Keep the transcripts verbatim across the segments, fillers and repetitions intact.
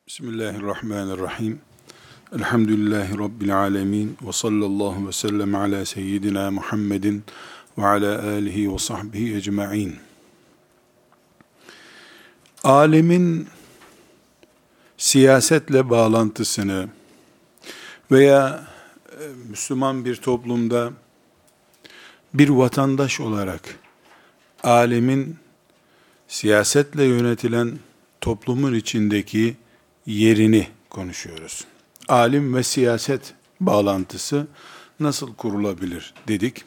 Bismillahirrahmanirrahim. Elhamdülillahi Rabbil alemin. Ve sallallahu ve sellem ala seyyidina Muhammedin ve ala alihi ve sahbihi ecma'in. Alemin siyasetle bağlantısını veya Müslüman bir toplumda bir vatandaş olarak alemin siyasetle yönetilen toplumun içindeki yerini konuşuyoruz. Alim ve siyaset bağlantısı nasıl kurulabilir dedik.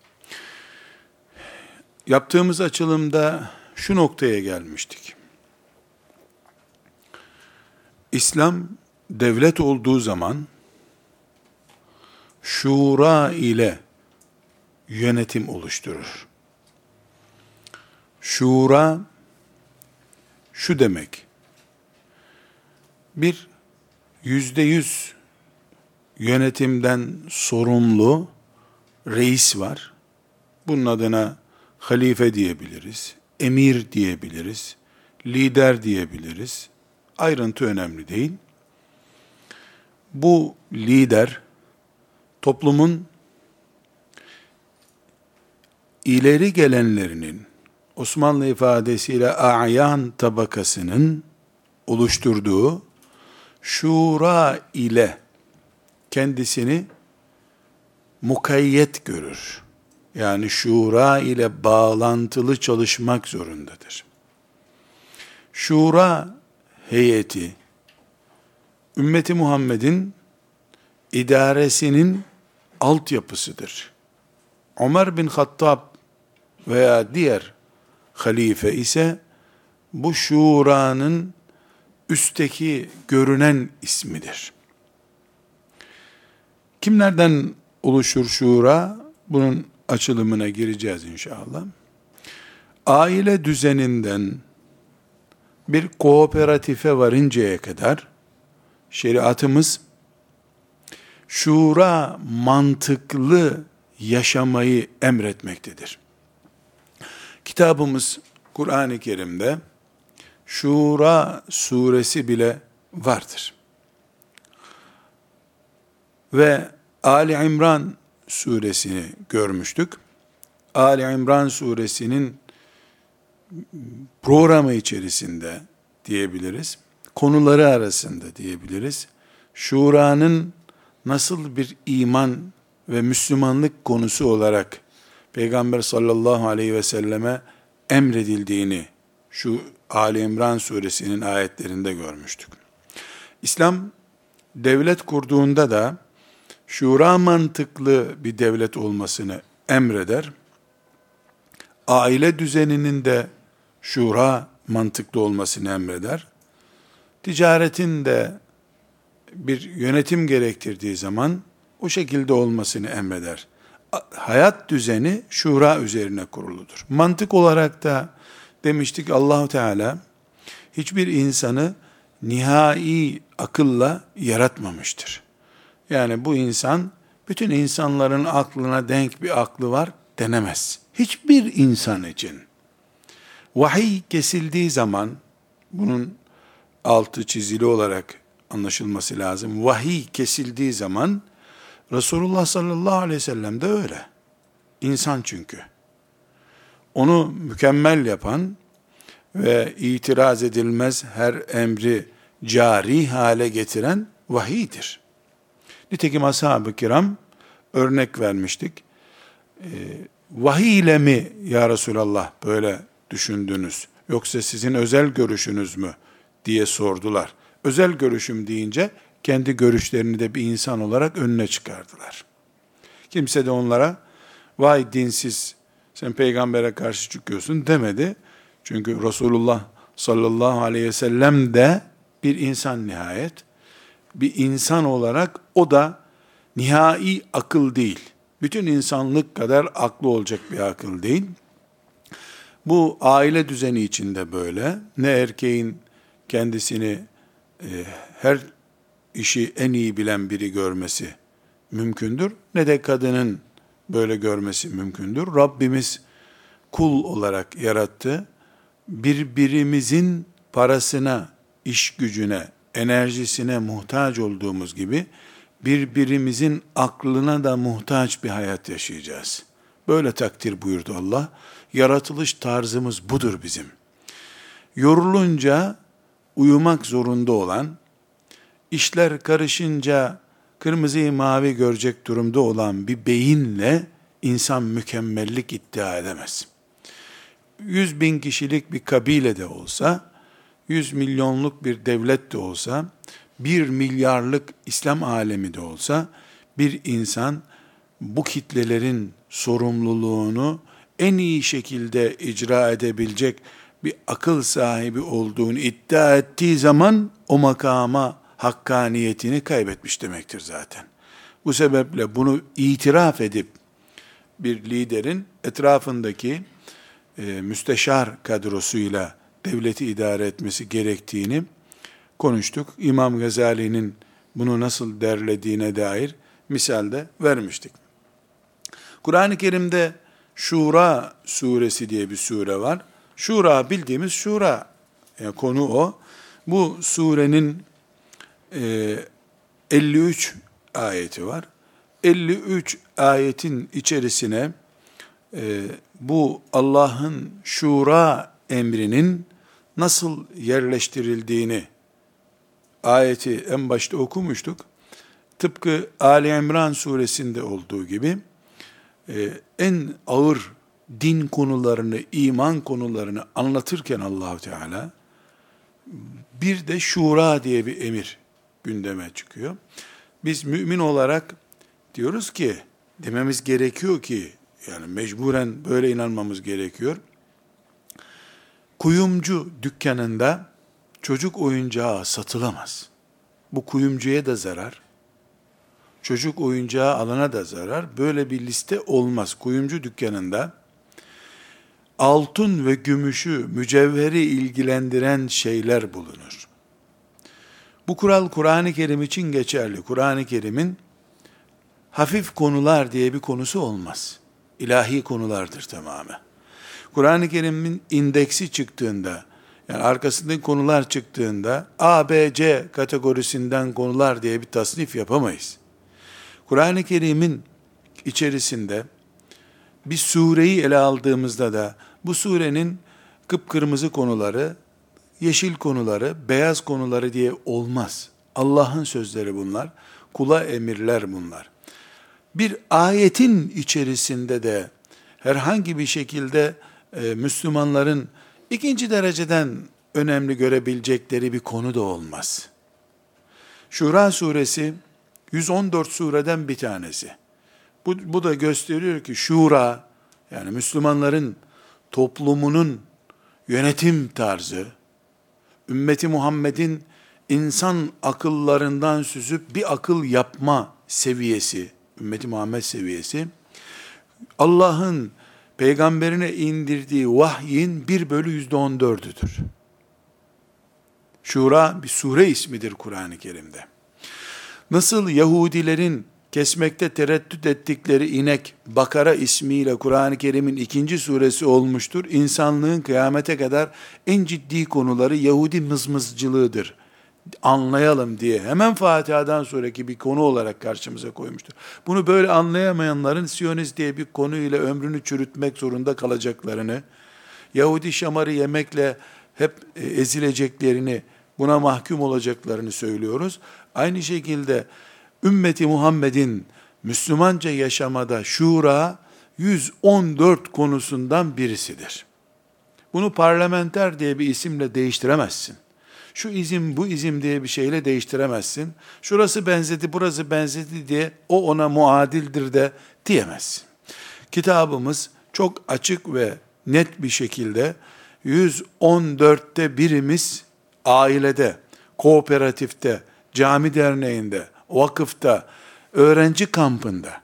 Yaptığımız açılımda şu noktaya gelmiştik. İslam devlet olduğu zaman şura ile yönetim oluşturur. Şura şu demek: bir yüzde yüz yönetimden sorumlu reis var. Bunun adına halife diyebiliriz, emir diyebiliriz, lider diyebiliriz. Ayrıntı önemli değil. Bu lider toplumun ileri gelenlerinin, Osmanlı ifadesiyle a'yan tabakasının oluşturduğu şura ile kendisini mukayyet görür. Yani şura ile bağlantılı çalışmak zorundadır. Şura heyeti, ümmeti Muhammed'in idaresinin altyapısıdır. Ömer bin Hattab veya diğer halife ise bu şuranın üstteki görünen ismidir. Kimlerden oluşur şura? Bunun açılımına gireceğiz inşallah. Aile düzeninden bir kooperatife varıncaya kadar şeriatımız şura mantıklı yaşamayı emretmektedir. Kitabımız Kur'an-ı Kerim'de Şura suresi bile vardır. Ve Ali İmran suresini görmüştük. Ali İmran suresinin programı içerisinde diyebiliriz, konuları arasında diyebiliriz, Şura'nın nasıl bir iman ve Müslümanlık konusu olarak Peygamber sallallahu aleyhi ve selleme emredildiğini şu Ali İmran suresinin ayetlerinde görmüştük. İslam devlet kurduğunda da şura mantıklı bir devlet olmasını emreder. Aile düzeninin de şura mantıklı olmasını emreder. Ticaretin de bir yönetim gerektirdiği zaman o şekilde olmasını emreder. Hayat düzeni şura üzerine kuruludur. Mantık olarak da demiştik, Allah-u Teala hiçbir insanı nihai akılla yaratmamıştır. Yani bu insan, bütün insanların aklına denk bir aklı var denemez. Hiçbir insan için. Vahiy kesildiği zaman, bunun altı çizili olarak anlaşılması lazım. Vahiy kesildiği zaman, Resulullah sallallahu aleyhi ve sellem de öyle. İnsan çünkü. Onu mükemmel yapan ve itiraz edilmez her emri cari hale getiren vahiydir. Nitekim ashab-ı kiram örnek vermiştik. Ee, vahiy ile mi ya Resulallah böyle düşündünüz? Yoksa sizin özel görüşünüz mü diye sordular. Özel görüşüm deyince kendi görüşlerini de bir insan olarak önüne çıkardılar. Kimse de onlara vay dinsiz, sen peygambere karşı çıkıyorsun demedi. Çünkü Resulullah sallallahu aleyhi ve sellem de bir insan nihayet. Bir insan olarak o da nihai akıl değil. Bütün insanlık kadar aklı olacak bir akıl değil. Bu aile düzeni içinde böyle. Ne erkeğin kendisini e, her işi en iyi bilen biri görmesi mümkündür, ne de kadının böyle görmesi mümkündür. Rabbimiz kul olarak yarattı. Birbirimizin parasına, iş gücüne enerjisine muhtaç olduğumuz gibi, birbirimizin aklına da muhtaç bir hayat yaşayacağız. Böyle takdir buyurdu Allah. Yaratılış tarzımız budur bizim. Yorulunca uyumak zorunda olan, işler karışınca kırmızıyı mavi görecek durumda olan bir beyinle insan mükemmellik iddia edemez. Yüz bin kişilik bir kabile de olsa, yüz milyonluk bir devlet de olsa, bir milyarlık İslam alemi de olsa, bir insan bu kitlelerin sorumluluğunu en iyi şekilde icra edebilecek bir akıl sahibi olduğunu iddia ettiği zaman o makama hakkaniyetini kaybetmiş demektir zaten. Bu sebeple bunu itiraf edip bir liderin etrafındaki e, müsteşar kadrosuyla devleti idare etmesi gerektiğini konuştuk. İmam Gazali'nin bunu nasıl derlediğine dair misal de vermiştik. Kur'an-ı Kerim'de Şura suresi diye bir sure var. Şura bildiğimiz şura, yani konu o. Bu surenin e, elli üç ayeti var. elli üç ayetin içerisine e, bu Allah'ın şura emrinin nasıl yerleştirildiğini, ayeti en başta okumuştuk. Tıpkı Ali İmran suresinde olduğu gibi e, en ağır din konularını, iman konularını anlatırken Allahu Teala bir de şura diye bir emir gündeme çıkıyor. Biz mümin olarak diyoruz ki, dememiz gerekiyor ki, yani mecburen böyle inanmamız gerekiyor. Kuyumcu dükkanında çocuk oyuncağı satılamaz. Bu kuyumcuya da zarar, çocuk oyuncağı alana da zarar. Böyle bir liste olmaz. Kuyumcu dükkanında altın ve gümüşü, mücevheri ilgilendiren şeyler bulunur. Bu kural Kur'an-ı Kerim için geçerli. Kur'an-ı Kerim'in hafif konular diye bir konusu olmaz. İlahi konulardır tamamen. Kur'an-ı Kerim'in indeksi çıktığında, yani arkasındaki konular çıktığında A, B, C kategorisinden konular diye bir tasnif yapamayız. Kur'an-ı Kerim'in içerisinde bir sureyi ele aldığımızda da bu surenin kıpkırmızı konuları, yeşil konuları, beyaz konuları diye olmaz. Allah'ın sözleri bunlar. Kula emirler bunlar. Bir ayetin içerisinde de herhangi bir şekilde e, Müslümanların ikinci dereceden önemli görebilecekleri bir konu da olmaz. Şura suresi yüz on dört sureden bir tanesi. Bu, bu da gösteriyor ki şura, yani Müslümanların toplumunun yönetim tarzı, ümmeti Muhammed'in insan akıllarından süzüp bir akıl yapma seviyesi, ümmeti Muhammed seviyesi, Allah'ın peygamberine indirdiği vahyin bir bölü yüzde on dördüdür. Şura bir sure ismidir Kur'an-ı Kerim'de. Nasıl Yahudilerin kesmekte tereddüt ettikleri inek Bakara ismiyle Kur'an-ı Kerim'in ikinci suresi olmuştur. İnsanlığın kıyamete kadar en ciddi konuları Yahudi mızmızcılığıdır. Anlayalım diye hemen Fatiha'dan sonraki bir konu olarak karşımıza koymuştur. Bunu böyle anlayamayanların Siyonist diye bir konuyla ömrünü çürütmek zorunda kalacaklarını, Yahudi şamarı yemekle hep ezileceklerini, buna mahkum olacaklarını söylüyoruz. Aynı şekilde ümmeti Muhammed'in Müslümanca yaşamada şura yüz on dört konusundan birisidir. Bunu parlamenter diye bir isimle değiştiremezsin. Şu izim bu izim diye bir şeyle değiştiremezsin. Şurası benzedi burası benzedi diye o ona muadildir de diyemezsin. Kitabımız çok açık ve net bir şekilde yüz on dörtte birimiz ailede, kooperatifte, cami derneğinde, vakıfta, öğrenci kampında,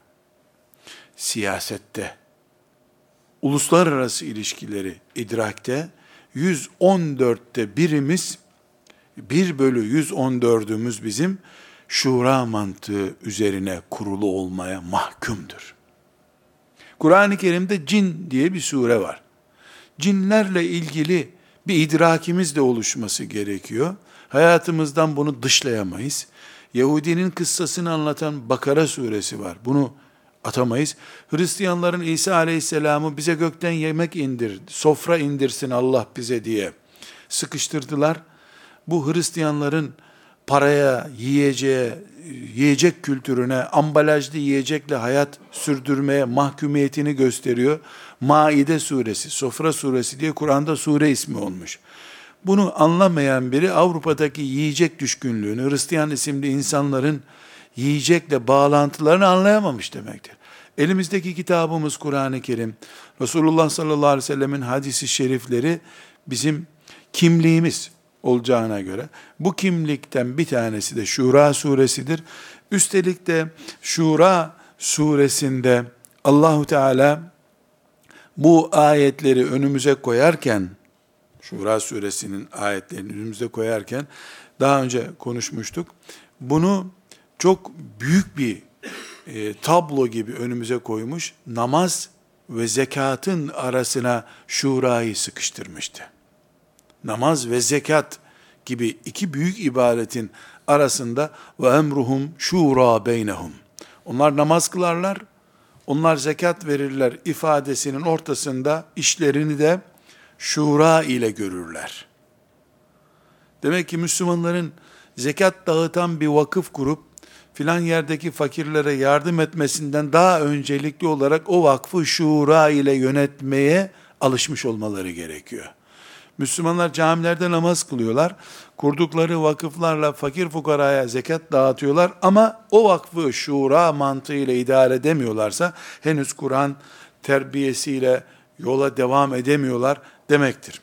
siyasette, uluslararası ilişkileri idrakte yüz on dörtte birimiz, bir bölü yüz on dördümüz bizim şura mantığı üzerine kurulu olmaya mahkumdur. Kur'an-ı Kerim'de cin diye bir sure var. Cinlerle ilgili bir idrakimiz de oluşması gerekiyor. Hayatımızdan bunu dışlayamayız. Yahudinin kıssasını anlatan Bakara suresi var. Bunu atamayız. Hristiyanların İsa aleyhisselamı bize gökten yemek indir, sofra indirsin Allah bize diye sıkıştırdılar. Bu Hristiyanların paraya, yiyeceğe, yiyecek kültürüne, ambalajlı yiyecekle hayat sürdürmeye mahkumiyetini gösteriyor. Maide suresi, Sofra suresi diye Kur'an'da sure ismi olmuş. Bunu anlamayan biri Avrupa'daki yiyecek düşkünlüğünü, Hristiyan isimli insanların yiyecekle bağlantılarını anlayamamış demektir. Elimizdeki kitabımız Kur'an-ı Kerim, Resulullah sallallahu aleyhi ve sellemin hadisi şerifleri bizim kimliğimiz olacağına göre, bu kimlikten bir tanesi de Şura suresidir. Üstelik de Şura suresinde Allahu Teala bu ayetleri önümüze koyarken, Şura suresinin ayetlerini önümüze koyarken, daha önce konuşmuştuk, bunu çok büyük bir e, tablo gibi önümüze koymuş, namaz ve zekatın arasına Şura'yı sıkıştırmıştı. Namaz ve zekat gibi iki büyük ibadetin arasında ve emruhum şura beynehum. Onlar namaz kılarlar, onlar zekat verirler ifadesinin ortasında işlerini de şura ile görürler. Demek ki Müslümanların zekat dağıtan bir vakıf kurup filan yerdeki fakirlere yardım etmesinden daha öncelikli olarak o vakfı şura ile yönetmeye alışmış olmaları gerekiyor. Müslümanlar camilerde namaz kılıyorlar. Kurdukları vakıflarla fakir fukaraya zekat dağıtıyorlar ama o vakfı şura mantığıyla idare edemiyorlarsa henüz Kur'an terbiyesiyle yola devam edemiyorlar demektir.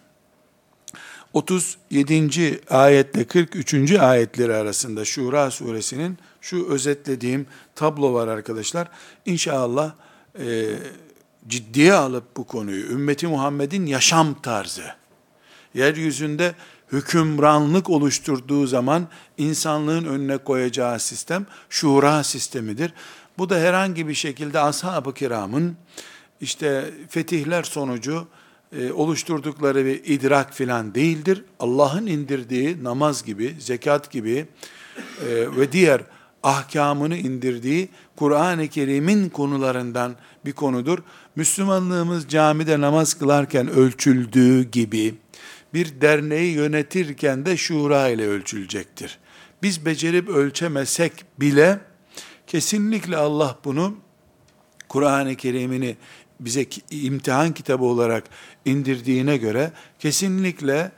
otuz yedinci ayetle kırk üçüncü ayetleri arasında Şura suresinin şu özetlediğim tablo var arkadaşlar. İnşallah e, ciddiye alıp bu konuyu, ümmeti Muhammed'in yaşam tarzı, yeryüzünde hükümranlık oluşturduğu zaman insanlığın önüne koyacağı sistem şura sistemidir. Bu da herhangi bir şekilde ashab-ı kiramın işte fetihler sonucu e, oluşturdukları bir idrak filan değildir. Allah'ın indirdiği namaz gibi, zekat gibi e, ve diğer ahkamını indirdiği Kur'an-ı Kerim'in konularından bir konudur. Müslümanlığımız camide namaz kılarken ölçüldüğü gibi bir derneği yönetirken de şura ile ölçülecektir. Biz becerip ölçemesek bile kesinlikle Allah bunu Kur'an-ı Kerim'ini bize imtihan kitabı olarak indirdiğine göre kesinlikle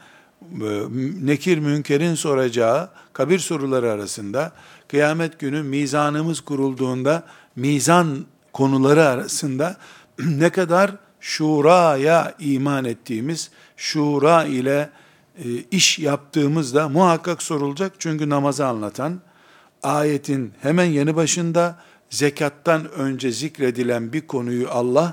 nekir münkerin soracağı kabir soruları arasında, kıyamet günü mizanımız kurulduğunda mizan konuları arasında ne kadar şuraya iman ettiğimiz, şura ile e, iş yaptığımızda muhakkak sorulacak. Çünkü namazı anlatan ayetin hemen yanı başında zekattan önce zikredilen bir konuyu Allah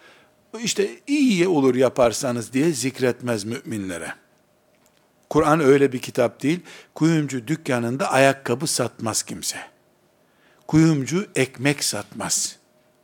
işte iyi olur yaparsanız diye zikretmez müminlere. Kur'an öyle bir kitap değil. Kuyumcu dükkanında ayakkabı satmaz kimse. Kuyumcu ekmek satmaz.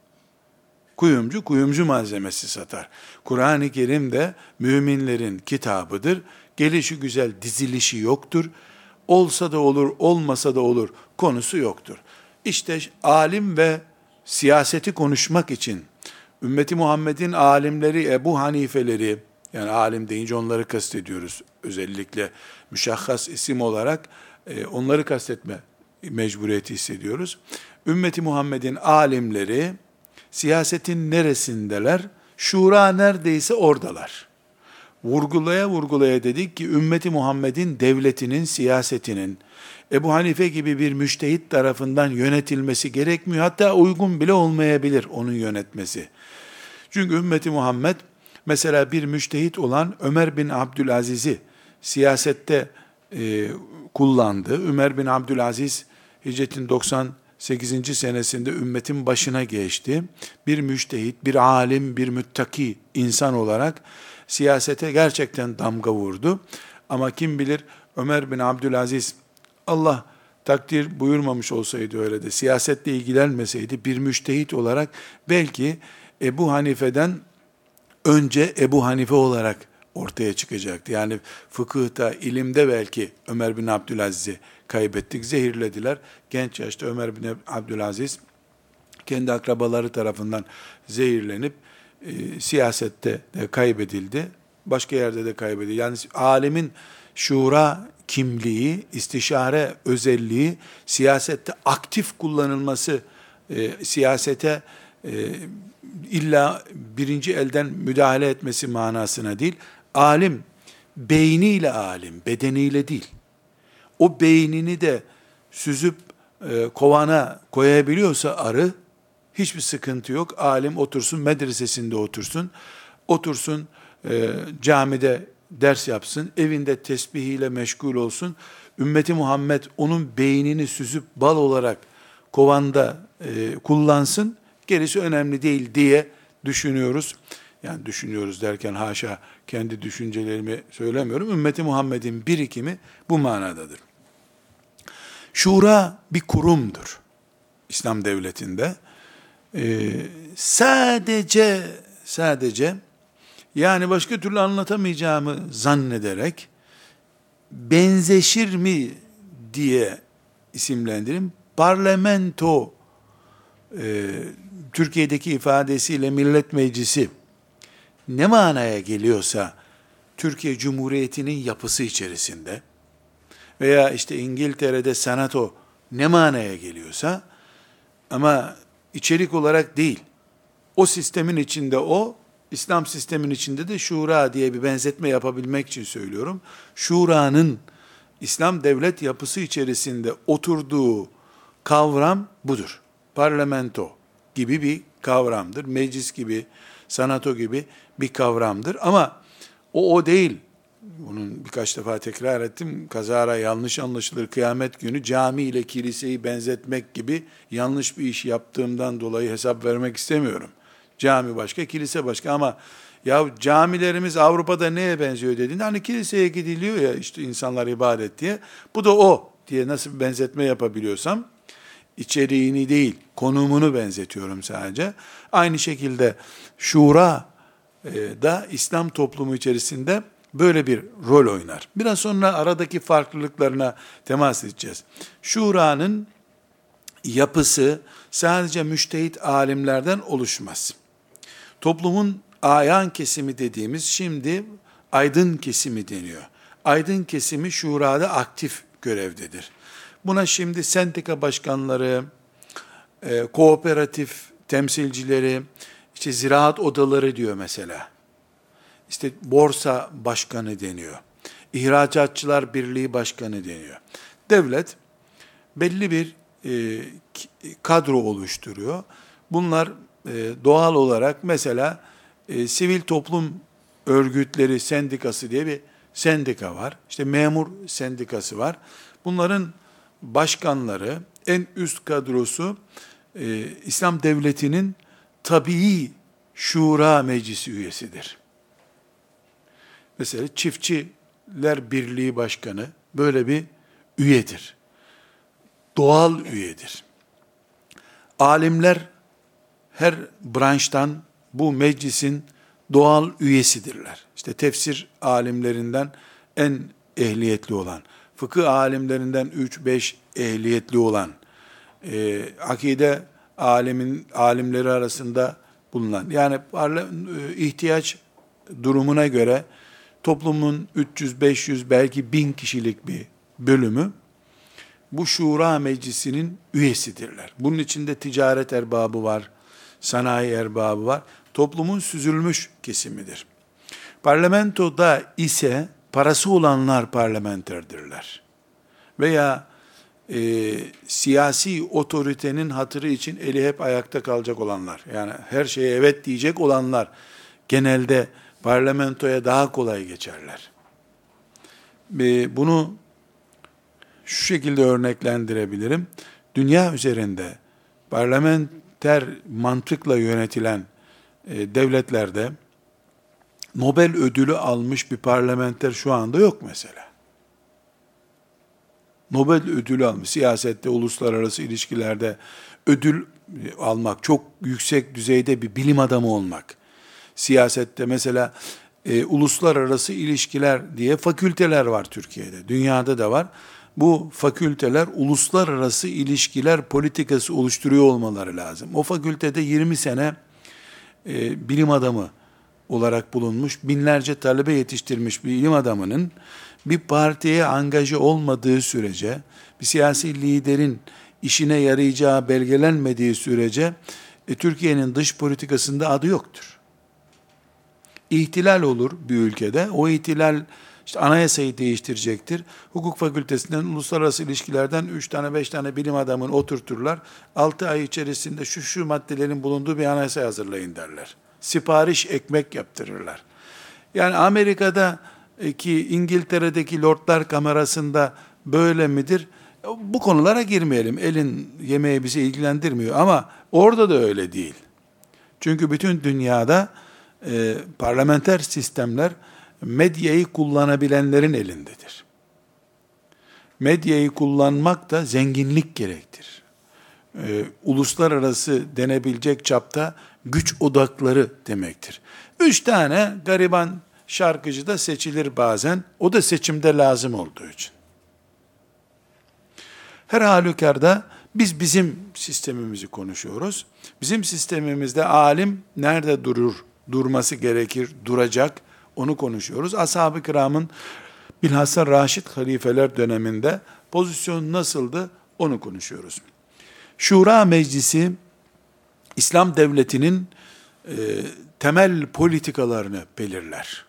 Kuyumcu, kuyumcu malzemesi satar. Kur'an-ı Kerim de müminlerin kitabıdır. Gelişi güzel dizilişi yoktur. Olsa da olur, olmasa da olur konusu yoktur. İşte alim ve siyaseti konuşmak için ümmeti Muhammed'in alimleri, Ebu Hanifeleri, yani alim deyince onları kastediyoruz. Özellikle müşahhas isim olarak e, onları kastetme mecburiyeti hissediyoruz. Ümmeti Muhammed'in alimleri siyasetin neresindeler? Şura neredeyse oradalar. Vurgulaya vurgulaya dedik ki ümmeti Muhammed'in devletinin, siyasetinin Ebu Hanife gibi bir müştehit tarafından yönetilmesi gerekmiyor. Hatta uygun bile olmayabilir onun yönetmesi. Çünkü ümmeti Muhammed mesela bir müştehit olan Ömer bin Abdülaziz'i siyasette e, kullandı. Ömer bin Abdülaziz hicretin doksan sekizinci senesinde ümmetin başına geçti. Bir müştehit, bir alim, bir müttaki insan olarak siyasete gerçekten damga vurdu. Ama kim bilir Ömer bin Abdülaziz, Allah takdir buyurmamış olsaydı öyle de, siyasetle ilgilenmeseydi bir müştehit olarak belki Ebu Hanife'den önce Ebu Hanife olarak ortaya çıkacaktı. Yani fıkıhta, ilimde belki Ömer bin Abdülaziz'i kaybettik, zehirlediler. Genç yaşta Ömer bin Abdülaziz kendi akrabaları tarafından zehirlenip e, siyasette de kaybedildi. Başka yerde de kaybedildi. Yani alemin şura kimliği, istişare özelliği, siyasette aktif kullanılması, e, siyasete e, illa birinci elden müdahale etmesi manasına değil. Alim, beyniyle alim, bedeniyle değil. O beynini de süzüp e, kovana koyabiliyorsa arı, hiçbir sıkıntı yok. Alim otursun, medresesinde otursun, otursun e, camide ders yapsın, evinde tesbihiyle meşgul olsun. Ümmeti Muhammed onun beynini süzüp bal olarak kovanda e, kullansın, gerisi önemli değil diye düşünüyoruz. Yani düşünüyoruz derken haşa kendi düşüncelerimi söylemiyorum. Ümmeti Muhammed'in birikimi bu manadadır. Şura bir kurumdur İslam devletinde. Ee, sadece sadece yani başka türlü anlatamayacağımı zannederek benzeşir mi diye isimlendirim. Parlamento, e, Türkiye'deki ifadesiyle Millet Meclisi ne manaya geliyorsa Türkiye Cumhuriyeti'nin yapısı içerisinde veya işte İngiltere'de senato ne manaya geliyorsa ama içerik olarak değil. O sistemin içinde o, İslam sistemin içinde de şura diye bir benzetme yapabilmek için söylüyorum. Şura'nın İslam devlet yapısı içerisinde oturduğu kavram budur. Parlamento gibi bir kavramdır. Meclis gibi, senato gibi bir kavramdır. Ama o o değil. Bunun birkaç defa tekrar ettim. Kazara yanlış anlaşılır. Kıyamet günü cami ile kiliseyi benzetmek gibi yanlış bir iş yaptığımdan dolayı hesap vermek istemiyorum. Cami başka, kilise başka ama ya camilerimiz Avrupa'da neye benziyor dediğinde hani kiliseye gidiliyor ya işte insanlar ibadet diye. Bu da o diye nasıl bir benzetme yapabiliyorsam içeriğini değil, konumunu benzetiyorum sadece. Aynı şekilde şura e, da İslam toplumu içerisinde böyle bir rol oynar. Biraz sonra aradaki farklılıklarına temas edeceğiz. Şura'nın yapısı sadece müştehit alimlerden oluşmaz. Toplumun ayan kesimi dediğimiz şimdi aydın kesimi deniyor. Aydın kesimi şurada aktif görevdedir. Buna şimdi sendika başkanları, e, kooperatif temsilcileri, işte ziraat odaları diyor mesela. İşte borsa başkanı deniyor. İhracatçılar Birliği başkanı deniyor. Devlet belli bir e, kadro oluşturuyor. Bunlar e, doğal olarak mesela e, sivil toplum örgütleri sendikası diye bir sendika var. İşte memur sendikası var. Bunların başkanları, en üst kadrosu e, İslam devletinin tabii şura meclisi üyesidir. Mesela Çiftçiler Birliği Başkanı böyle bir üyedir. Doğal üyedir. Alimler her branştan bu meclisin doğal üyesidirler. İşte tefsir alimlerinden en ehliyetli olan, fıkıh alimlerinden üç beş ehliyetli olan, e, akide alimin alimleri arasında bulunan, yani ihtiyaç durumuna göre toplumun üç yüz beş yüz belki bin kişilik bir bölümü bu şura meclisinin üyesidirler. Bunun içinde ticaret erbabı var, sanayi erbabı var. Toplumun süzülmüş kesimidir. Parlamentoda ise parası olanlar parlamenterdirler. Veya e, siyasi otoritenin hatırı için eli hep ayakta kalacak olanlar, yani her şeye evet diyecek olanlar genelde parlamentoya daha kolay geçerler. E, bunu şu şekilde örneklendirebilirim. Dünya üzerinde parlamenter mantıkla yönetilen e, devletlerde Nobel ödülü almış bir parlamenter şu anda yok mesela. Nobel ödülü almış, siyasette, uluslararası ilişkilerde ödül almak, çok yüksek düzeyde bir bilim adamı olmak. Siyasette mesela e, uluslararası ilişkiler diye fakülteler var Türkiye'de. Dünyada da var. Bu fakülteler uluslararası ilişkiler politikası oluşturuyor olmaları lazım. O fakültede yirmi sene e, bilim adamı olarak bulunmuş, binlerce talebe yetiştirmiş bir ilim adamının bir partiye angaje olmadığı sürece, bir siyasi liderin işine yarayacağı belgelenmediği sürece e, Türkiye'nin dış politikasında adı yoktur. İhtilal olur bir ülkede. O ihtilal işte anayasayı değiştirecektir. Hukuk fakültesinden, uluslararası ilişkilerden üç tane beş tane bilim adamını oturturlar. altı ay içerisinde şu şu maddelerin bulunduğu bir anayasa hazırlayın derler. Sipariş ekmek yaptırırlar. Yani Amerika'daki, İngiltere'deki Lordlar Kamerası'nda böyle midir? Bu konulara girmeyelim. Elin yemeği bizi ilgilendirmiyor ama orada da öyle değil. Çünkü bütün dünyada e, parlamenter sistemler medyayı kullanabilenlerin elindedir. Medyayı kullanmak da zenginlik gerektirir. E, uluslararası denebilecek çapta güç odakları demektir. Üç tane gariban şarkıcı da seçilir bazen. O da seçimde lazım olduğu için. Her halükarda biz bizim sistemimizi konuşuyoruz. Bizim sistemimizde alim nerede durur, durması gerekir, duracak, onu konuşuyoruz. Ashab-ı kiramın bilhassa Raşid halifeler döneminde pozisyon nasıldı, onu konuşuyoruz. Şura Meclisi, İslam devletinin e, temel politikalarını belirler.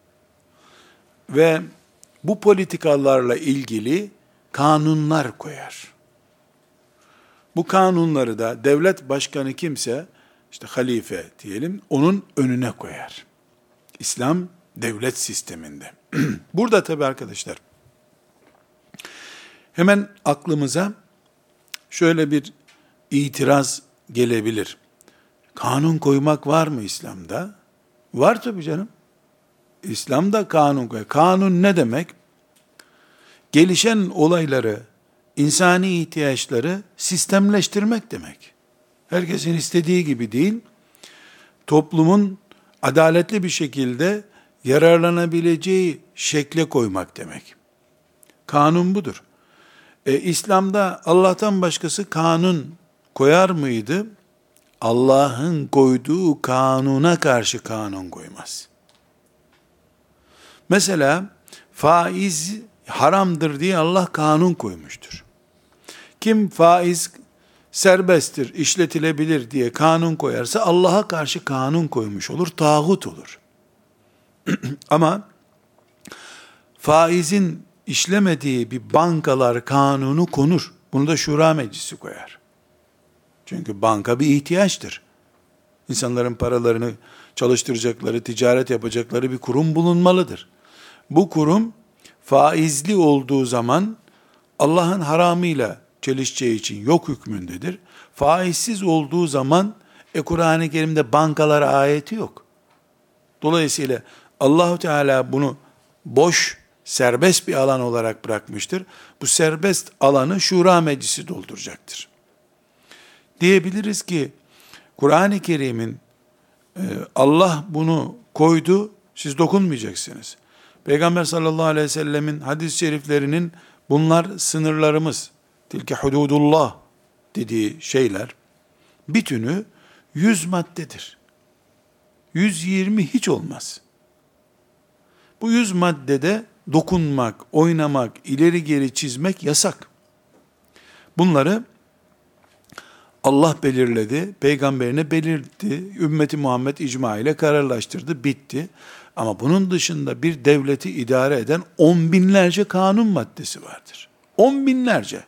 Ve bu politikalarla ilgili kanunlar koyar. Bu kanunları da devlet başkanı kimse, işte halife diyelim, onun önüne koyar. İslam devlet sisteminde. Burada tabii arkadaşlar, hemen aklımıza şöyle bir itiraz gelebilir. Kanun koymak var mı İslam'da? Var tabii canım. İslam'da kanun koyar. Kanun ne demek? Gelişen olayları, insani ihtiyaçları sistemleştirmek demek. Herkesin istediği gibi değil, toplumun adaletli bir şekilde yararlanabileceği şekle koymak demek. Kanun budur. E, İslam'da Allah'tan başkası kanun koyar mıydı? Allah'ın koyduğu kanuna karşı kanun koymaz. Mesela faiz haramdır diye Allah kanun koymuştur. Kim faiz serbesttir, işletilebilir diye kanun koyarsa Allah'a karşı kanun koymuş olur, tağut olur. Ama faizin işlemediği bir bankalar kanunu konur. Bunu da Şura Meclisi koyar. Çünkü banka bir ihtiyaçtır. İnsanların paralarını çalıştıracakları, ticaret yapacakları bir kurum bulunmalıdır. Bu kurum faizli olduğu zaman Allah'ın haramıyla çelişeceği için yok hükmündedir. Faizsiz olduğu zaman e, Kur'an-ı Kerim'de bankalara ayeti yok. Dolayısıyla Allah-u Teala bunu boş, serbest bir alan olarak bırakmıştır. Bu serbest alanı Şura Meclisi dolduracaktır. Diyebiliriz ki Kur'an-ı Kerim'in e, Allah bunu koydu, siz dokunmayacaksınız. Peygamber sallallahu aleyhi ve sellemin hadis-i şeriflerinin bunlar sınırlarımız, tilke hududullah dediği şeyler, bütünü yüz maddedir. yüz yirmi hiç olmaz. Bu yüz maddede dokunmak, oynamak, ileri geri çizmek yasak. Bunları Allah belirledi, peygamberine belirtti, ümmeti Muhammed icma ile kararlaştırdı, bitti. Ama bunun dışında bir devleti idare eden on binlerce kanun maddesi vardır. On binlerce.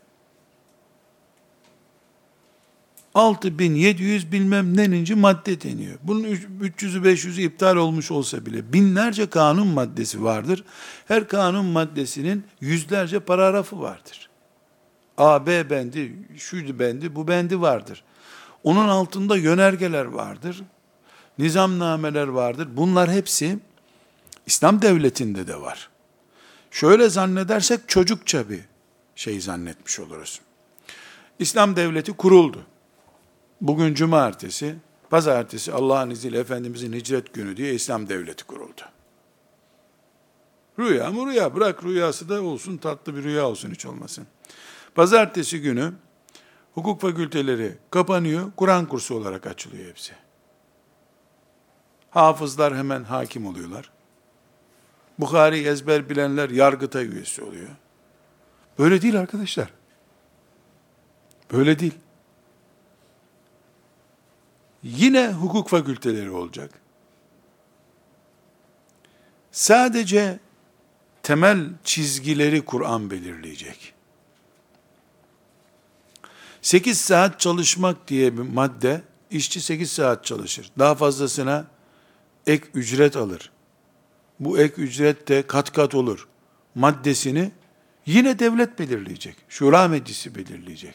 altı bin yedi yüz bilmem neninci madde deniyor. Bunun üç yüzü beş yüzü iptal olmuş olsa bile binlerce kanun maddesi vardır. Her kanun maddesinin yüzlerce paragrafı vardır. A, B bendi, şu bendi, bu bendi vardır. Onun altında yönergeler vardır. Nizamnameler vardır. Bunlar hepsi İslam devletinde de var. Şöyle zannedersek çocukça bir şey zannetmiş oluruz. İslam devleti kuruldu. Bugün cumartesi, pazartesi Allah'ın izniyle Efendimizin hicret günü diye İslam devleti kuruldu. Rüya mı rüya, bırak rüyası da olsun, tatlı bir rüya olsun, hiç olmasın. Pazartesi günü hukuk fakülteleri kapanıyor, Kur'an kursu olarak açılıyor hepsi. Hafızlar hemen hakim oluyorlar. Bukhari ezber bilenler Yargıtay üyesi oluyor. Böyle değil arkadaşlar. Böyle değil. Yine hukuk fakülteleri olacak. Sadece temel çizgileri Kur'an belirleyecek. sekiz saat çalışmak diye bir madde, işçi sekiz saat çalışır. Daha fazlasına ek ücret alır. Bu ek ücret de kat kat olur maddesini yine devlet belirleyecek. Şura Meclisi belirleyecek.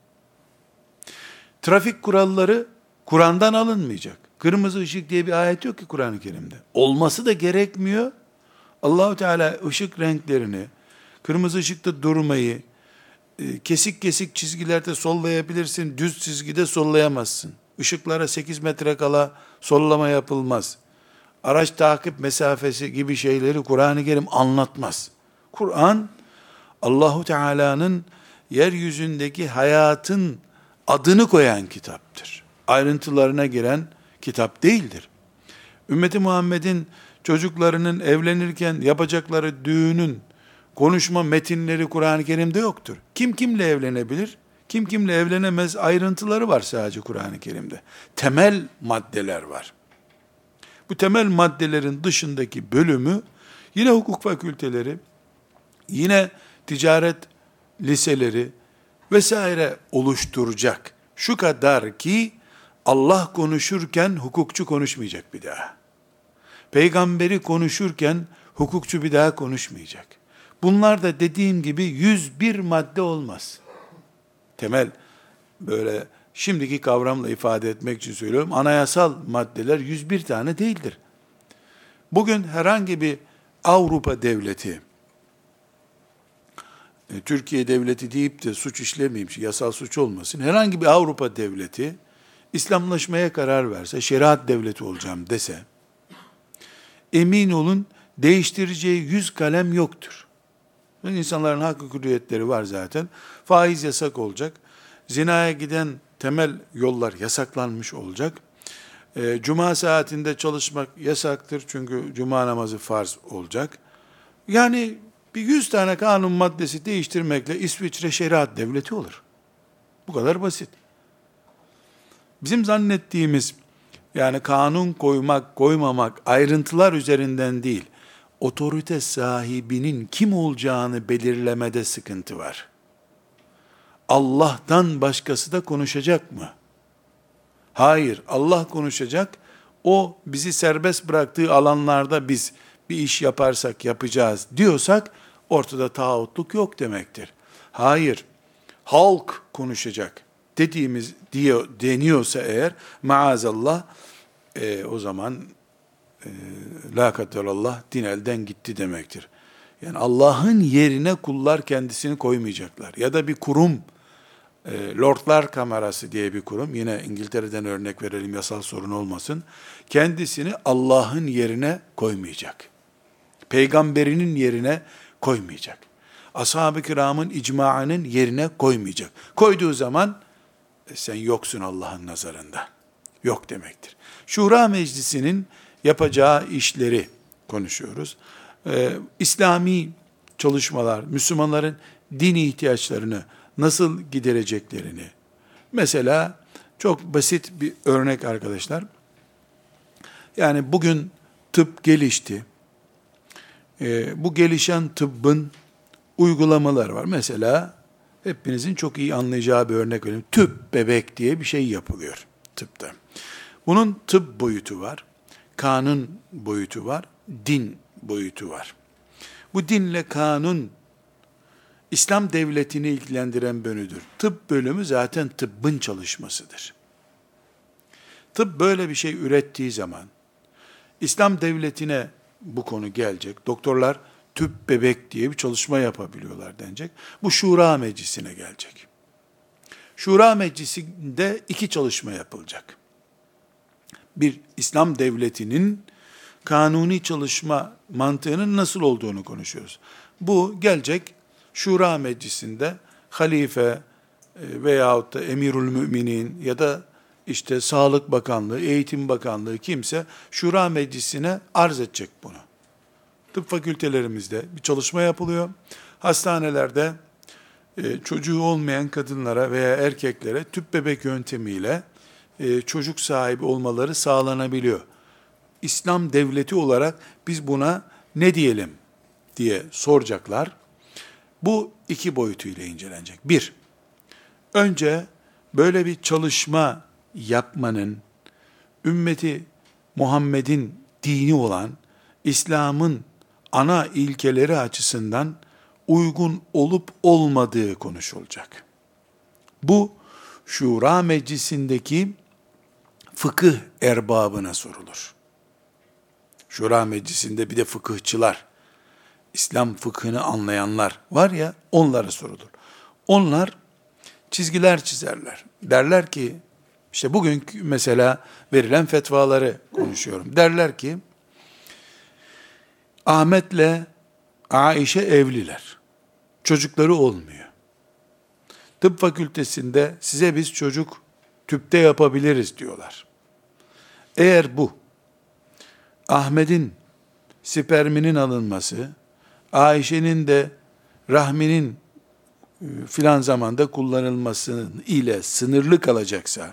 Trafik kuralları Kur'an'dan alınmayacak. Kırmızı ışık diye bir ayet yok ki Kur'an-ı Kerim'de. Olması da gerekmiyor. Allah-u Teala ışık renklerini, kırmızı ışıkta durmayı, kesik kesik çizgilerde sollayabilirsin, düz çizgide sollayamazsın. Işıklara sekiz metre kala sollama yapılmaz. Araç takip mesafesi gibi şeyleri Kur'an-ı Kerim anlatmaz. Kur'an, Allahu Teala'nın yeryüzündeki hayatın adını koyan kitaptır. Ayrıntılarına giren kitap değildir. Ümmeti Muhammed'in çocuklarının evlenirken yapacakları düğünün konuşma metinleri Kur'an-ı Kerim'de yoktur. Kim kimle evlenebilir? Kim kimle evlenemez ayrıntıları var sadece Kur'an-ı Kerim'de. Temel maddeler var. Bu temel maddelerin dışındaki bölümü yine hukuk fakülteleri, yine ticaret liseleri vesaire oluşturacak. Şu kadar ki Allah konuşurken hukukçu konuşmayacak bir daha. Peygamberi konuşurken hukukçu bir daha konuşmayacak. Bunlar da dediğim gibi yüz bir madde olmaz. Temel böyle şimdiki kavramla ifade etmek için söylüyorum. Anayasal maddeler yüz bir tane değildir. Bugün herhangi bir Avrupa devleti, Türkiye devleti deyip de suç işlemeyeyim, yasal suç olmasın. Herhangi bir Avrupa devleti İslamlaşmaya karar verse, şeriat devleti olacağım dese, emin olun değiştireceği yüz kalem yoktur. İnsanların hakkı hürriyetleri var zaten. Faiz yasak olacak. Zinaya giden temel yollar yasaklanmış olacak. E, Cuma saatinde çalışmak yasaktır çünkü Cuma namazı farz olacak. Yani bir yüz tane kanun maddesi değiştirmekle İsviçre şeriat devleti olur. Bu kadar basit. Bizim zannettiğimiz yani kanun koymak, koymamak ayrıntılar üzerinden değil, otorite sahibinin kim olacağını belirlemede sıkıntı var. Allah'tan başkası da konuşacak mı? Hayır, Allah konuşacak. O bizi serbest bıraktığı alanlarda biz bir iş yaparsak yapacağız diyorsak ortada tağutluk yok demektir. Hayır, halk konuşacak dediğimiz diyor deniyorsa eğer maazallah e, o zaman e, la kadderallah din elden gitti demektir. Yani Allah'ın yerine kullar kendisini koymayacaklar. Ya da bir kurum, e, Lordlar Kamerası diye bir kurum, yine İngiltere'den örnek verelim yasal sorun olmasın, kendisini Allah'ın yerine koymayacak. Peygamberinin yerine koymayacak. Ashab-ı kiramın icmaının yerine koymayacak. Koyduğu zaman e, sen yoksun Allah'ın nazarında. Yok demektir. Şura Meclisi'nin yapacağı işleri konuşuyoruz. Ee, İslami çalışmalar, Müslümanların dini ihtiyaçlarını nasıl gidereceklerini. Mesela çok basit bir örnek arkadaşlar. Yani bugün tıp gelişti. Ee, bu gelişen tıbbın uygulamaları var. Mesela hepinizin çok iyi anlayacağı bir örnek vereyim. Tüp bebek diye bir şey yapılıyor tıpta. Bunun tıp boyutu var, kanun boyutu var, din boyutu var. Bu dinle kanun, İslam devletini ilgilendiren bölümüdür. Tıp bölümü zaten tıbbın çalışmasıdır. Tıp böyle bir şey ürettiği zaman, İslam devletine bu konu gelecek. Doktorlar tüp bebek diye bir çalışma yapabiliyorlar denecek. Bu Şura Meclisi'ne gelecek. Şura Meclisi'nde iki çalışma yapılacak. Bir, İslam devletinin kanuni çalışma mantığının nasıl olduğunu konuşuyoruz. Bu gelecek Şura Meclisi'nde halife e, veyahut da Emirül Müminin ya da işte Sağlık Bakanlığı, Eğitim Bakanlığı kimse Şura Meclisi'ne arz edecek bunu. Tıp fakültelerimizde bir çalışma yapılıyor. Hastanelerde e, çocuğu olmayan kadınlara veya erkeklere tüp bebek yöntemiyle e, çocuk sahibi olmaları sağlanabiliyor. İslam devleti olarak biz buna ne diyelim diye soracaklar. Bu iki boyutuyla incelenecek. Bir, önce böyle bir çalışma yapmanın ümmeti Muhammed'in dini olan İslam'ın ana ilkeleri açısından uygun olup olmadığı konuşulacak. Bu Şura Meclisi'ndeki fıkıh erbabına sorulur. Şura Meclisi'nde bir de fıkıhçılar, İslam fıkhını anlayanlar var ya, onlara sorulur. Onlar çizgiler çizerler. Derler ki, işte bugünkü mesela verilen fetvaları konuşuyorum. Derler ki, Ahmet'le Aişe evliler. Çocukları olmuyor. Tıp fakültesinde size biz çocuk tüpte yapabiliriz diyorlar. Eğer bu Ahmet'in sperminin alınması, Ayşe'nin de rahminin filan zamanda kullanılması ile sınırlı kalacaksa,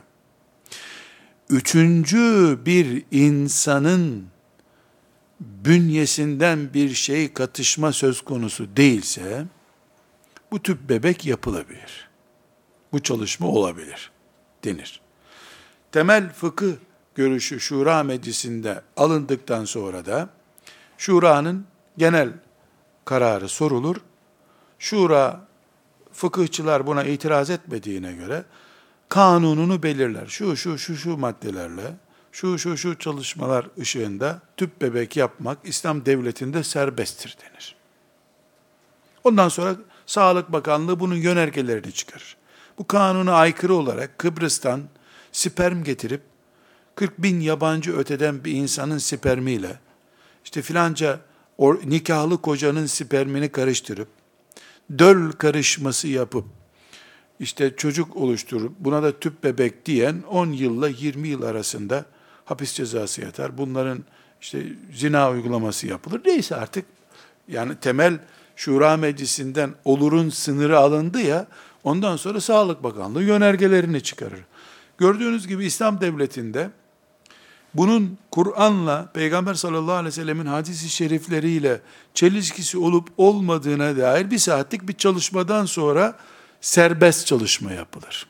üçüncü bir insanın bünyesinden bir şey katışma söz konusu değilse, bu tüp bebek yapılabilir. Bu çalışma olabilir denir. Temel fıkıh görüşü Şura Meclisi'nde alındıktan sonra da Şura'nın genel kararı sorulur. Şura, fıkıhçılar buna itiraz etmediğine göre kanununu belirler. Şu şu şu şu maddelerle, şu şu şu çalışmalar ışığında tüp bebek yapmak İslam devletinde serbesttir denir. Ondan sonra Sağlık Bakanlığı bunun yönergelerini çıkarır. Bu kanuna aykırı olarak Kıbrıs'tan sperm getirip kırk bin yabancı öteden bir insanın spermiyle işte filanca o nikahlı kocanın spermini karıştırıp döl karışması yapıp işte çocuk oluşturup buna da tüp bebek diyen on yılla yirmi yıl arasında hapis cezası yatar. Bunların işte zina uygulaması yapılır. Neyse artık yani temel Şura Meclisi'nden olurun sınırı alındı ya, ondan sonra Sağlık Bakanlığı yönergelerini çıkarır. Gördüğünüz gibi İslam devletinde bunun Kur'an'la, Peygamber sallallahu aleyhi ve sellemin hadis-i şerifleriyle çelişkisi olup olmadığına dair bir saatlik bir çalışmadan sonra serbest çalışma yapılır.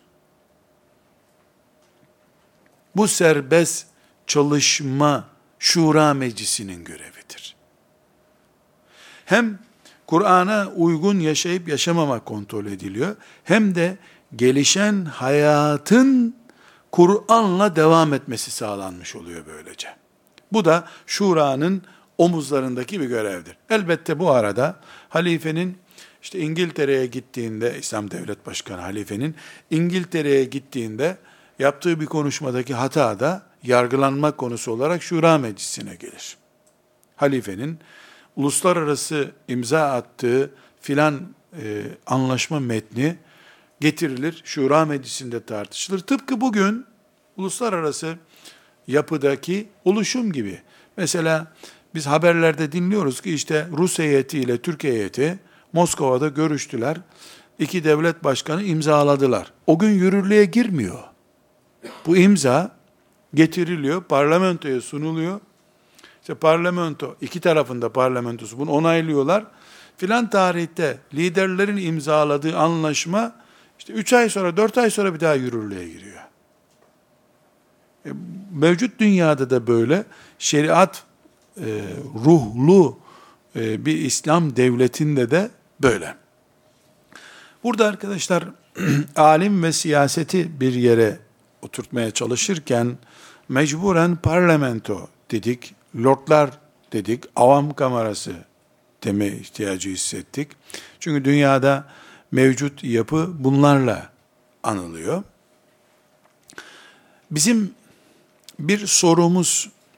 Bu serbest çalışma Şura Meclisi'nin görevidir. Hem Kur'an'a uygun yaşayıp yaşamamak kontrol ediliyor, hem de gelişen hayatın Kur'an'la devam etmesi sağlanmış oluyor böylece. Bu da Şura'nın omuzlarındaki bir görevdir. Elbette bu arada halifenin işte İngiltere'ye gittiğinde, İslam Devlet Başkanı halifenin İngiltere'ye gittiğinde yaptığı bir konuşmadaki hata da yargılanma konusu olarak Şura Meclisi'ne gelir. Halifenin uluslararası imza attığı filan e, anlaşma metni getirilir, Şura Meclisi'nde tartışılır. Tıpkı bugün uluslararası yapıdaki oluşum gibi. Mesela biz haberlerde dinliyoruz ki işte Rus heyeti ile Türk heyeti Moskova'da görüştüler. İki devlet başkanı imzaladılar. O gün yürürlüğe girmiyor. Bu imza getiriliyor, parlamentoya sunuluyor. İşte parlamento, iki tarafında parlamentosu bunu onaylıyorlar. Filan tarihte liderlerin imzaladığı anlaşma işte üç ay sonra, dört ay sonra bir daha yürürlüğe giriyor. E, mevcut dünyada da böyle şeriat e, ruhlu e, bir İslam devletinde de böyle. Burada arkadaşlar alim ve siyaseti bir yere oturtmaya çalışırken mecburen parlamento dedik, lordlar dedik, avam kamerası deme ihtiyacı hissettik. Çünkü dünyada mevcut yapı bunlarla anılıyor. Bizim bir sorumuz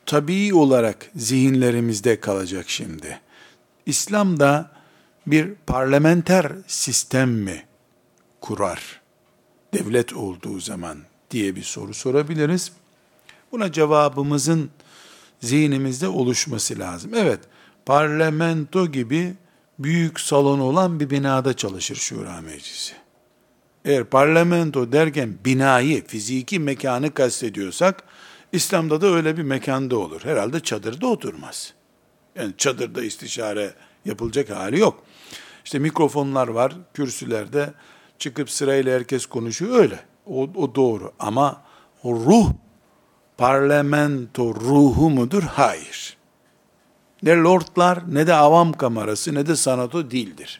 tabii olarak zihinlerimizde kalacak şimdi. İslam'da bir parlamenter sistem mi kurar devlet olduğu zaman diye bir soru sorabiliriz. Buna cevabımızın zihnimizde oluşması lazım. Evet, parlamento gibi büyük salon olan bir binada çalışır Şura Meclisi. Eğer parlamento derken binayı, fiziki mekanı kastediyorsak, İslam'da da öyle bir mekanda olur. Herhalde çadırda oturmaz. Yani çadırda istişare yapılacak hali yok. İşte mikrofonlar var, kürsülerde çıkıp sırayla herkes konuşuyor, öyle. O, o doğru. Ama o ruh, parlamento ruhu mudur? Hayır. Ne lordlar, ne de avam kamerası, ne de senato değildir.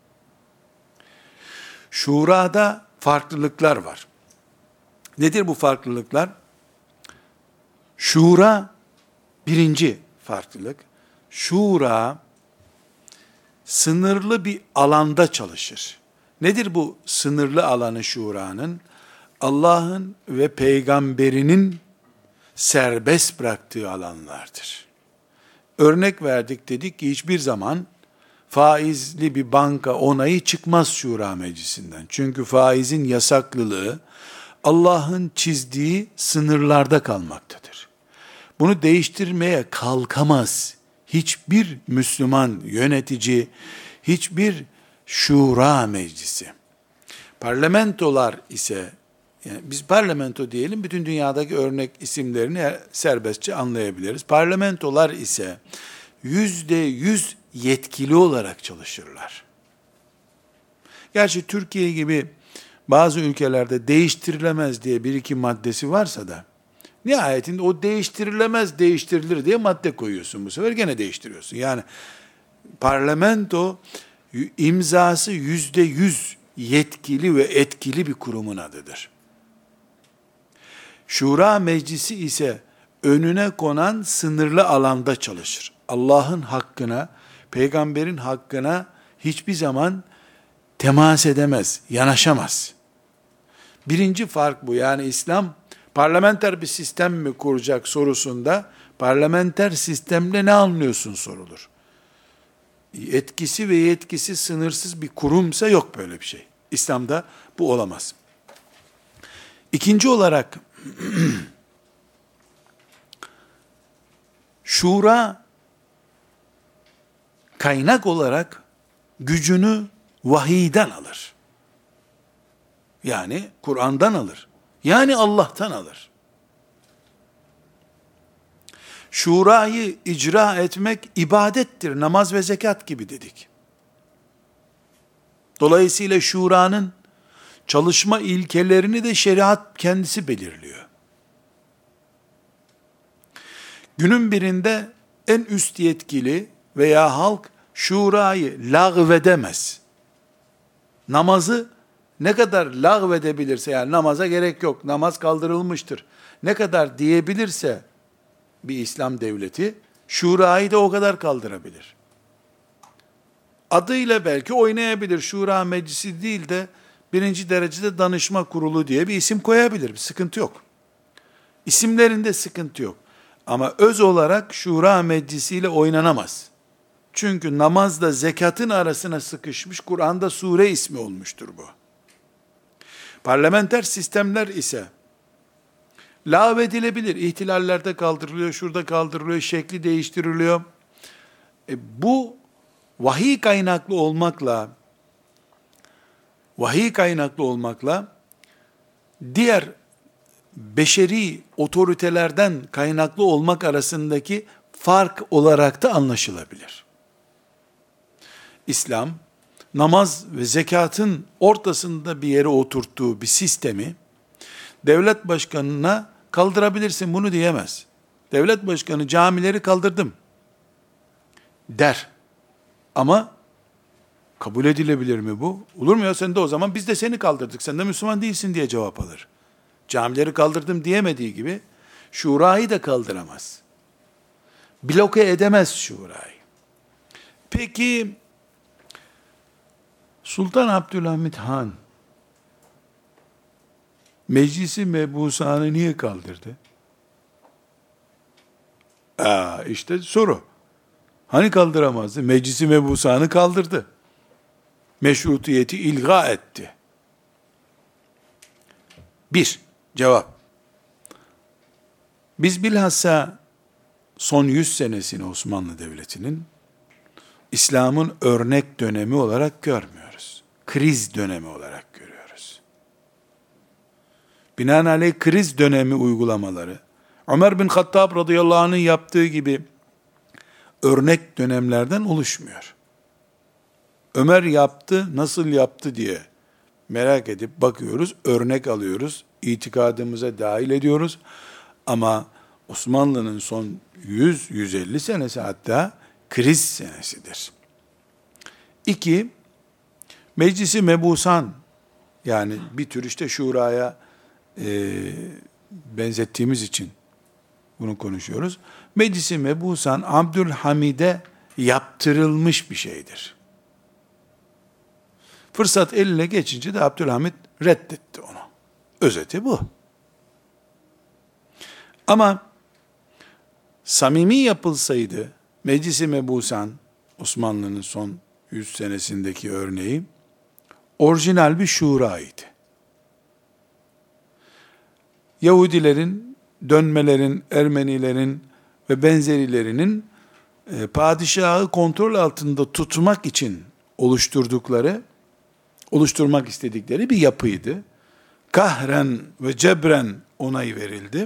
Şurada farklılıklar var. Nedir bu farklılıklar? Şura, birinci farklılık. Şura, sınırlı bir alanda çalışır. Nedir bu sınırlı alanı şuranın? Allah'ın ve peygamberinin serbest bıraktığı alanlardır. Örnek verdik, dedik ki hiçbir zaman faizli bir banka onayı çıkmaz Şura Meclisi'nden. Çünkü faizin yasaklılığı Allah'ın çizdiği sınırlarda kalmaktadır. Bunu değiştirmeye kalkamaz hiçbir Müslüman yönetici, hiçbir Şura Meclisi. Parlamentolar ise, yani biz parlamento diyelim, bütün dünyadaki örnek isimlerini serbestçe anlayabiliriz. Parlamentolar ise yüzde yüz yetkili olarak çalışırlar. Gerçi Türkiye gibi bazı ülkelerde değiştirilemez diye bir iki maddesi varsa da, nihayetinde o değiştirilemez, değiştirilir diye madde koyuyorsun, bu sefer gene değiştiriyorsun. Yani parlamento imzası yüzde yüz yetkili ve etkili bir kurumun adıdır. Şura Meclisi ise önüne konan sınırlı alanda çalışır. Allah'ın hakkına, peygamberin hakkına hiçbir zaman temas edemez, yanaşamaz. Birinci fark bu. Yani İslam parlamenter bir sistem mi kuracak sorusunda, parlamenter sistemle ne anlıyorsun sorulur. Etkisi ve yetkisi sınırsız bir kurumsa yok böyle bir şey. İslam'da bu olamaz. İkinci olarak, şura kaynak olarak gücünü vahiyden alır. Yani Kur'an'dan alır. Yani Allah'tan alır. Şurayı icra etmek ibadettir. Namaz ve zekat gibi dedik. Dolayısıyla şuranın çalışma ilkelerini de şeriat kendisi belirliyor. Günün birinde en üst yetkili veya halk şurayı lağvedemez. Namazı ne kadar lağvedebilirse, yani namaza gerek yok, namaz kaldırılmıştır, ne kadar diyebilirse bir İslam devleti, şurayı da o kadar kaldırabilir. Adıyla belki oynayabilir, Şura Meclisi değil de birinci derecede danışma kurulu diye bir isim koyabilir, bir sıkıntı yok. İsimlerinde sıkıntı yok. Ama öz olarak Şura Meclisi ile oynanamaz. Çünkü namazla zekatın arasına sıkışmış, Kur'an'da sure ismi olmuştur bu. Parlamenter sistemler ise lağvedilebilir. İhtilallerde kaldırılıyor, şurada kaldırılıyor, şekli değiştiriliyor. E bu vahiy kaynaklı olmakla, vahiy kaynaklı olmakla diğer beşeri otoritelerden kaynaklı olmak arasındaki fark olarak da anlaşılabilir. İslam, namaz ve zekatın ortasında bir yere oturttuğu bir sistemi, devlet başkanına kaldırabilirsin bunu diyemez. Devlet başkanı camileri kaldırdım der. Ama kabul edilebilir mi bu? Olur mu ya, sen de o zaman biz de seni kaldırdık, sen de Müslüman değilsin diye cevap alır. Camileri kaldırdım diyemediği gibi, şurayı da kaldıramaz. Bloke edemez şurayı. Peki, Sultan Abdülhamit Han, Meclisi Mebusan'ı niye kaldırdı? Ha işte soru. Hani kaldıramazdı? Meclisi mebusanı kaldırdı. Meşrutiyeti ilga etti. Bir, cevap. Biz bilhassa son yüz senesini Osmanlı Devleti'nin İslam'ın örnek dönemi olarak görmüyoruz. Kriz dönemi olarak görüyoruz. Binaenaleyh kriz dönemi uygulamaları, Ömer bin Hattab radıyallahu anh'ın yaptığı gibi örnek dönemlerden oluşmuyor. Ömer yaptı, nasıl yaptı diye merak edip bakıyoruz, örnek alıyoruz, itikadımıza dahil ediyoruz. Ama Osmanlı'nın son yüz yüz elli senesi hatta kriz senesidir. İki, meclisi mebusan, yani bir tür işte şuraya e, benzettiğimiz için bunu konuşuyoruz. Meclisi mebusan Abdülhamid'e yaptırılmış bir şeydir. Fırsat eline geçince de Abdülhamid reddetti onu. Özeti bu. Ama samimi yapılsaydı, meclisi mebusan, Osmanlı'nın son yüz senesindeki örneği, orijinal bir şuraydı. Yahudilerin, dönmelerin, Ermenilerin ve benzerilerinin e, padişahı kontrol altında tutmak için oluşturdukları, oluşturmak istedikleri bir yapıydı. Kahren ve cebren onay verildi.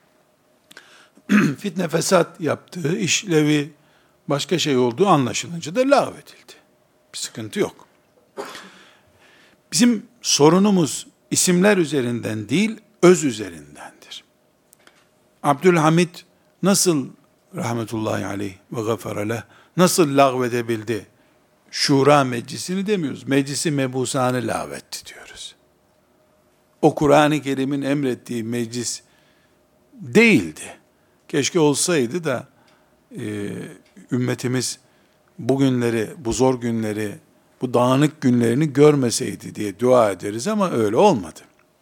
Fitne fesat yaptığı, işlevi başka şey olduğu anlaşılınca da lağvedildi. Bir sıkıntı yok. Bizim sorunumuz isimler üzerinden değil, öz üzerindendir. Abdülhamid nasıl rahmetullahi aleyh ve gafara leh, nasıl lağvedebildi? Şura meclisini demiyoruz. Meclisi mebusanı lağvetti diyoruz. O Kur'an-ı Kerim'in emrettiği meclis değildi. Keşke olsaydı da e, ümmetimiz bu günleri, bu zor günleri, bu dağınık günlerini görmeseydi diye dua ederiz ama öyle olmadı.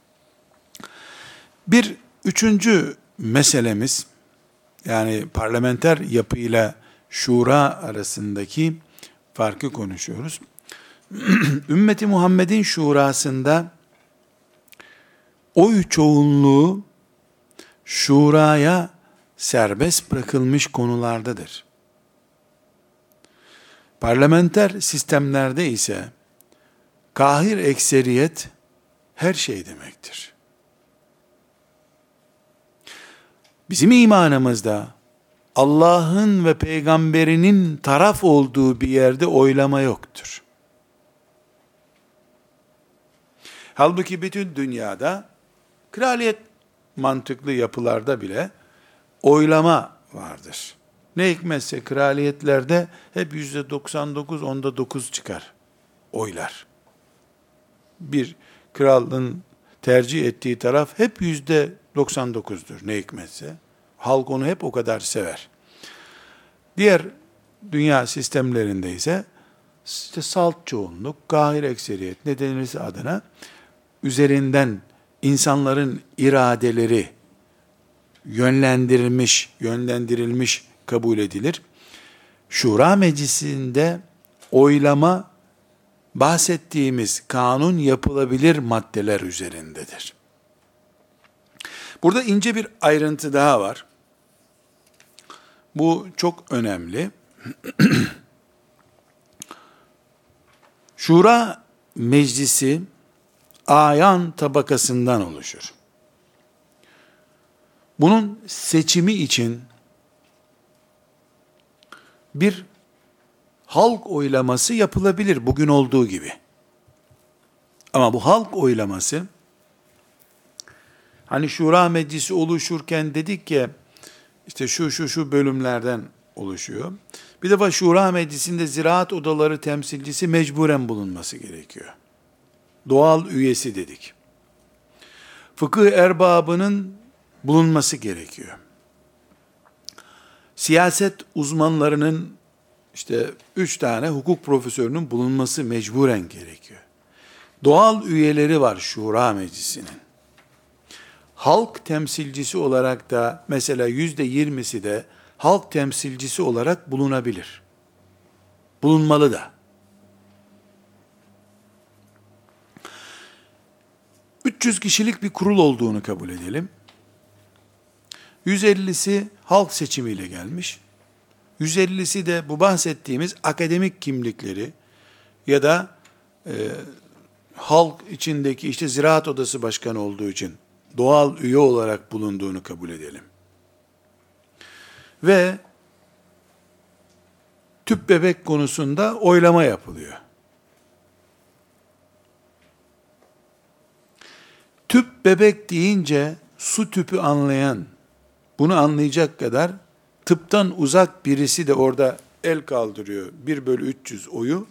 Bir üçüncü meselemiz, yani parlamenter yapıyla şura arasındaki farkı konuşuyoruz. Ümmeti Muhammed'in şurasında oy çoğunluğu şuraya serbest bırakılmış konulardadır. Parlamenter sistemlerde ise kahir ekseriyet her şey demektir. Bizim imanımızda Allah'ın ve peygamberinin taraf olduğu bir yerde oylama yoktur. Halbuki bütün dünyada kraliyet mantıklı yapılarda bile oylama vardır. Ne hikmetse kraliyetlerde hep yüzde doksan dokuz, onda dokuz çıkar oylar. Bir kralın tercih ettiği taraf hep yüzde doksan dokuzdur ne hikmetse. Halk onu hep o kadar sever. Diğer dünya sistemlerinde ise işte salt çoğunluk, kahir ekseriyet ne denirse adına üzerinden insanların iradeleri yönlendirilmiş, yönlendirilmiş kabul edilir. Şura meclisinde oylama bahsettiğimiz kanun yapılabilir maddeler üzerindedir. Burada ince bir ayrıntı daha var. Bu çok önemli. Şura meclisi ayan tabakasından oluşur. Bunun seçimi için bir halk oylaması yapılabilir bugün olduğu gibi. Ama bu halk oylaması, hani şura meclisi oluşurken dedik ki işte şu şu şu bölümlerden oluşuyor. Bir defa şura meclisinde ziraat odaları temsilcisi mecburen bulunması gerekiyor. Doğal üyesi dedik. Fıkıh erbabının bulunması gerekiyor. Siyaset uzmanlarının işte üç tane hukuk profesörünün bulunması mecburen gerekiyor. Doğal üyeleri var şura meclisinin. Halk temsilcisi olarak da mesela yüzde yirmisi de halk temsilcisi olarak bulunabilir. Bulunmalı da. üç yüz kişilik bir kurul olduğunu kabul edelim. yüz ellisi halk seçimiyle gelmiş. yüz ellisi de bu bahsettiğimiz akademik kimlikleri ya da e, halk içindeki işte ziraat odası başkanı olduğu için doğal üye olarak bulunduğunu kabul edelim. Ve tüp bebek konusunda oylama yapılıyor. Tüp bebek deyince su tüpü anlayan, bunu anlayacak kadar tıptan uzak birisi de orada el kaldırıyor. bir bölü üç yüz oyu.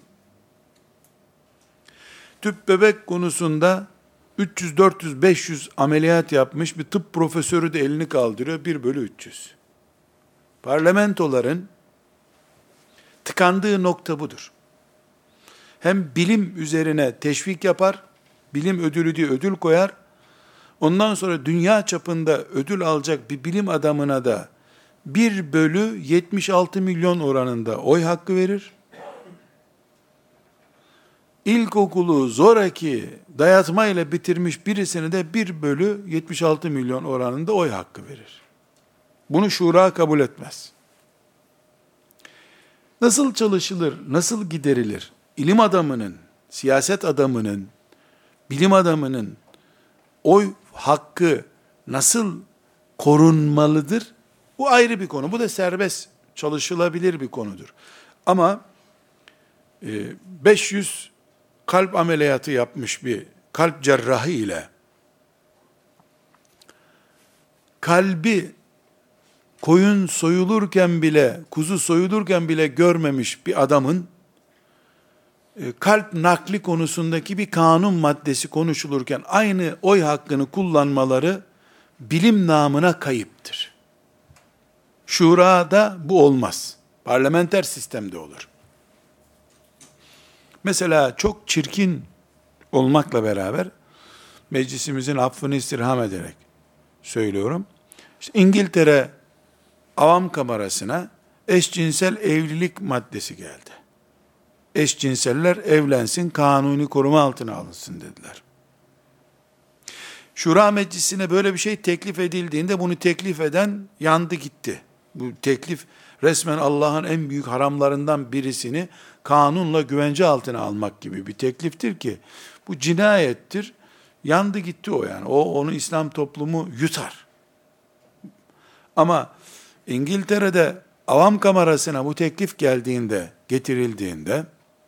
Tüp bebek konusunda üç yüz, dört yüz, beş yüz ameliyat yapmış bir tıp profesörü de elini kaldırıyor. bir bölü üç yüz. Parlamentoların tıkandığı nokta budur. Hem bilim üzerine teşvik yapar, bilim ödülü diye ödül koyar, ondan sonra dünya çapında ödül alacak bir bilim adamına da bir bölü yetmiş altı milyon oranında oy hakkı verir. İlkokulu zoraki dayatmayla bitirmiş birisine de bir bölü yetmiş altı milyon oranında oy hakkı verir. Bunu şura kabul etmez. Nasıl çalışılır, nasıl giderilir? İlim adamının, siyaset adamının, bilim adamının oy hakkı nasıl korunmalıdır? Bu ayrı bir konu. Bu da serbest çalışılabilir bir konudur. Ama beş yüz kalp ameliyatı yapmış bir kalp cerrahı ile kalbi koyun soyulurken bile, kuzu soyulurken bile görmemiş bir adamın kalp nakli konusundaki bir kanun maddesi konuşulurken aynı oy hakkını kullanmaları bilim namına kayıptır. Şurada bu olmaz. Parlamenter sistemde olur. Mesela çok çirkin olmakla beraber meclisimizin affını istirham ederek söylüyorum. İşte İngiltere Avam Kamerası'na eşcinsel evlilik maddesi geldi. Eşcinseller evlensin, kanuni koruma altına alınsın dediler. Şura Meclisi'ne böyle bir şey teklif edildiğinde bunu teklif eden yandı gitti. Bu teklif resmen Allah'ın en büyük haramlarından birisini kanunla güvence altına almak gibi bir tekliftir ki bu cinayettir. Yandı gitti o yani. O onu İslam toplumu yutar. Ama İngiltere'de Avam Kamerası'na bu teklif geldiğinde, getirildiğinde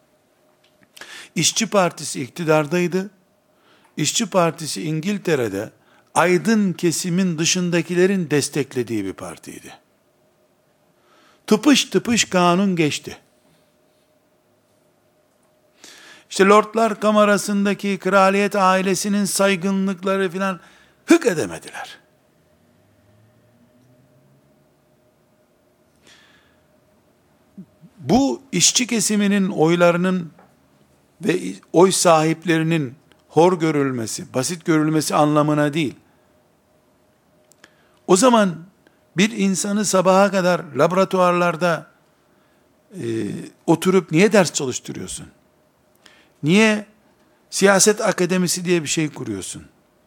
İşçi Partisi iktidardaydı. İşçi Partisi İngiltere'de aydın kesimin dışındakilerin desteklediği bir partiydi. Tıpış tıpış kanun geçti. İşte Lordlar Kamerası'ndaki kraliyet ailesinin saygınlıkları filan hık edemediler. Bu işçi kesiminin oylarının ve oy sahiplerinin hor görülmesi, basit görülmesi anlamına değil. O zaman bir insanı sabaha kadar laboratuvarlarda e, oturup niye ders çalıştırıyorsun? Niye siyaset akademisi diye bir şey kuruyorsun?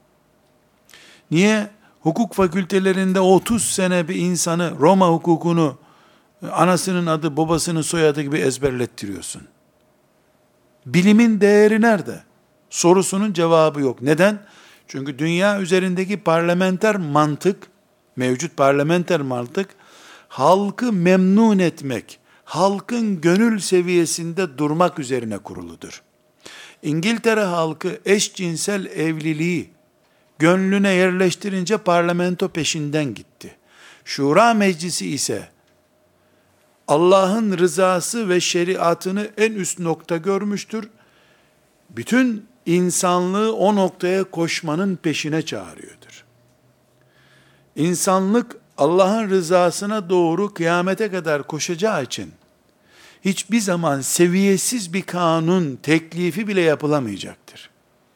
Niye hukuk fakültelerinde otuz sene bir insanı Roma hukukunu anasının adı, babasının soyadı gibi ezberlettiriyorsun? Bilimin değeri nerede? Sorusunun cevabı yok. Neden? Çünkü dünya üzerindeki parlamenter mantık, mevcut parlamenter mantık, halkı memnun etmek, halkın gönül seviyesinde durmak üzerine kuruludur. İngiltere halkı eşcinsel evliliği gönlüne yerleştirince parlamento peşinden gitti. Şura Meclisi ise Allah'ın rızası ve şeriatını en üst nokta görmüştür. Bütün insanlığı o noktaya koşmanın peşine çağırıyordur. İnsanlık Allah'ın rızasına doğru kıyamete kadar koşacağı için hiçbir zaman seviyesiz bir kanun teklifi bile yapılamayacaktır.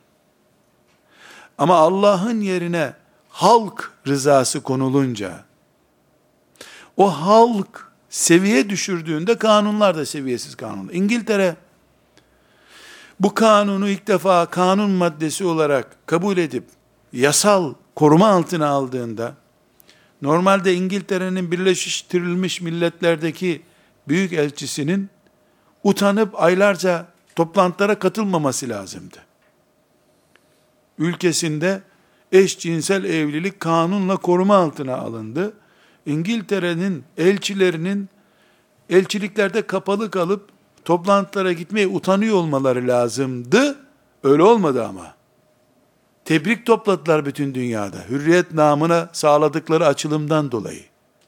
Ama Allah'ın yerine halk rızası konulunca, O halk seviye düşürdüğünde kanunlar da seviyesiz kanun. İngiltere bu kanunu ilk defa kanun maddesi olarak kabul edip yasal koruma altına aldığında, normalde İngiltere'nin Birleştirilmiş Milletler'deki büyük elçisinin utanıp aylarca toplantılara katılmaması lazımdı. Ülkesinde eşcinsel evlilik kanunla koruma altına alındı. İngiltere'nin elçilerinin elçiliklerde kapalı kalıp toplantılara gitmeye utanıyor olmaları lazımdı. Öyle olmadı ama. Tebrik topladılar bütün dünyada. Hürriyet namına sağladıkları açılımdan dolayı.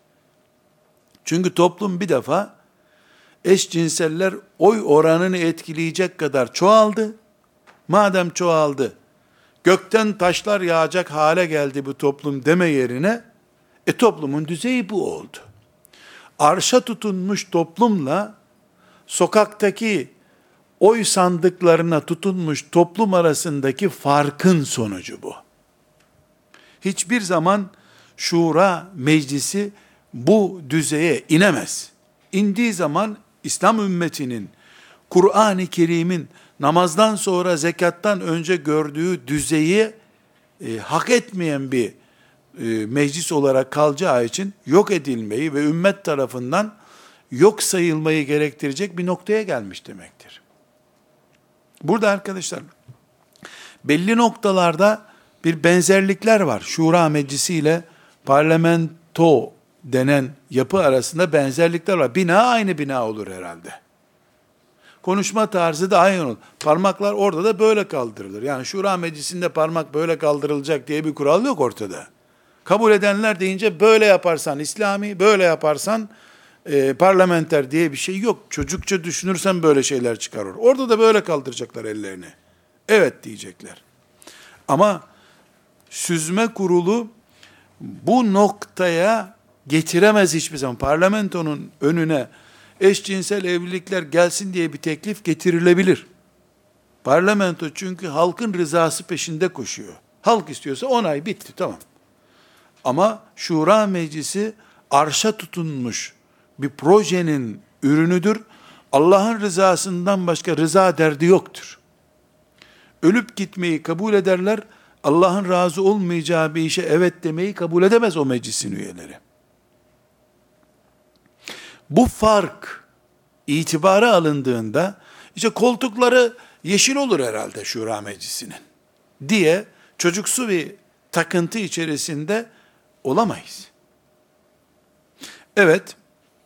Çünkü toplum bir defa eşcinseller oy oranını etkileyecek kadar çoğaldı. Madem çoğaldı, gökten taşlar yağacak hale geldi bu toplum deme yerine, e toplumun düzeyi bu oldu. Arşa tutunmuş toplumla sokaktaki oy sandıklarına tutunmuş toplum arasındaki farkın sonucu bu. Hiçbir zaman şura meclisi bu düzeye inemez. İndiği zaman İslam ümmetinin, Kur'an-ı Kerim'in namazdan sonra zekattan önce gördüğü düzeyi e, hak etmeyen bir e, meclis olarak kalacağı için yok edilmeyi ve ümmet tarafından yok sayılmayı gerektirecek bir noktaya gelmiş demektir. Burada arkadaşlar belli noktalarda bir benzerlikler var. Şura Meclisi ile parlamento denen yapı arasında benzerlikler var. Bina aynı bina olur herhalde. Konuşma tarzı da aynı olur. Parmaklar orada da böyle kaldırılır. Yani Şura Meclisi'nde parmak böyle kaldırılacak diye bir kural yok ortada. Kabul edenler deyince böyle yaparsan İslami, böyle yaparsan e, parlamenter diye bir şey yok. Çocukça düşünürsen böyle şeyler çıkarır. Orada da böyle kaldıracaklar ellerini. Evet diyecekler. Ama süzme kurulu bu noktaya getiremez hiçbir zaman. Parlamentonun önüne eşcinsel evlilikler gelsin diye bir teklif getirilebilir. Parlamento çünkü halkın rızası peşinde koşuyor. Halk istiyorsa onay, bitti, tamam. Ama Şura Meclisi arşa tutunmuş bir projenin ürünüdür. Allah'ın rızasından başka rıza derdi yoktur. Ölüp gitmeyi kabul ederler. Allah'ın razı olmayacağı bir işe evet demeyi kabul edemez o meclisin üyeleri. Bu fark itibara alındığında işte koltukları yeşil olur herhalde Şura Meclisi'nin diye çocuksu bir takıntı içerisinde olamayız. Evet,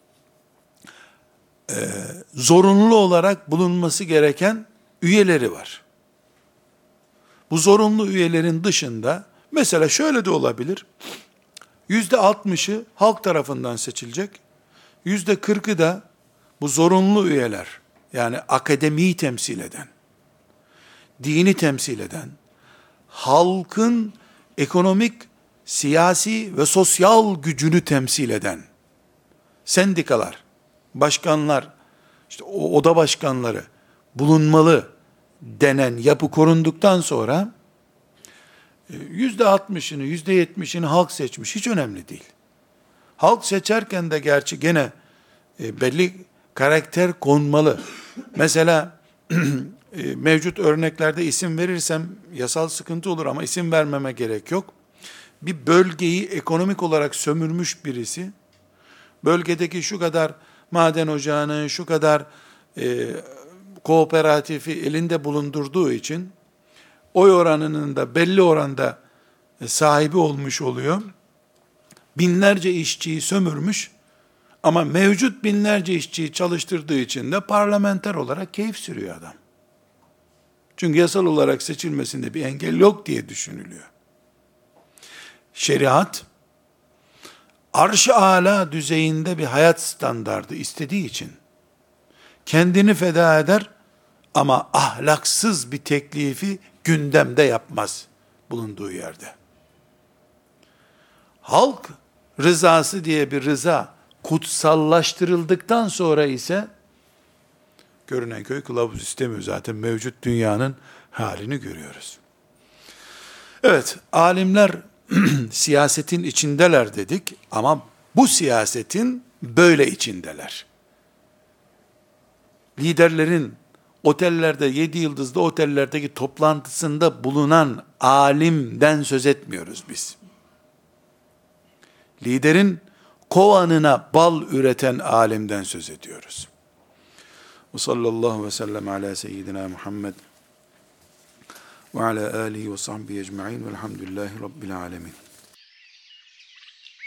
e, zorunlu olarak bulunması gereken üyeleri var. Bu zorunlu üyelerin dışında mesela şöyle de olabilir. Yüzde altmışı halk tarafından seçilecek. Yüzde kırkı da bu zorunlu üyeler, yani akademiyi temsil eden, dini temsil eden, halkın ekonomik, siyasi ve sosyal gücünü temsil eden sendikalar, başkanlar, işte o oda başkanları bulunmalı denen yapı korunduktan sonra yüzde altmışını, yüzde yetmişini halk seçmiş. Hiç önemli değil. Halk seçerken de gerçi gene e, belli karakter konmalı. Mesela e, mevcut örneklerde isim verirsem yasal sıkıntı olur ama isim vermeme gerek yok. Bir bölgeyi ekonomik olarak sömürmüş birisi, bölgedeki şu kadar maden ocağını, şu kadar e, kooperatifi elinde bulundurduğu için oy oranının da belli oranda sahibi olmuş oluyor. Binlerce işçiyi sömürmüş ama mevcut binlerce işçiyi çalıştırdığı için de parlamenter olarak keyif sürüyor adam. Çünkü yasal olarak seçilmesinde bir engel yok diye düşünülüyor. Şeriat, arş-ı âlâ düzeyinde bir hayat standardı istediği için kendini feda eder ama ahlaksız bir teklifi gündemde yapmaz bulunduğu yerde. Halk rızası diye bir rıza kutsallaştırıldıktan sonra ise görünen köy kılavuz istemiyor, zaten mevcut dünyanın halini görüyoruz. Evet, alimler siyasetin içindeler dedik ama bu siyasetin böyle içindeler. Liderlerin otellerde, yedi yıldızlı otellerdeki toplantısında bulunan alimden söz etmiyoruz biz. Liderin kovanına bal üreten alimden söz ediyoruz. Ve sallallahu ve sellem ala seyyidina Muhammed ve ala alihi ve sahbihi ecma'in velhamdülillahi rabbil alemin.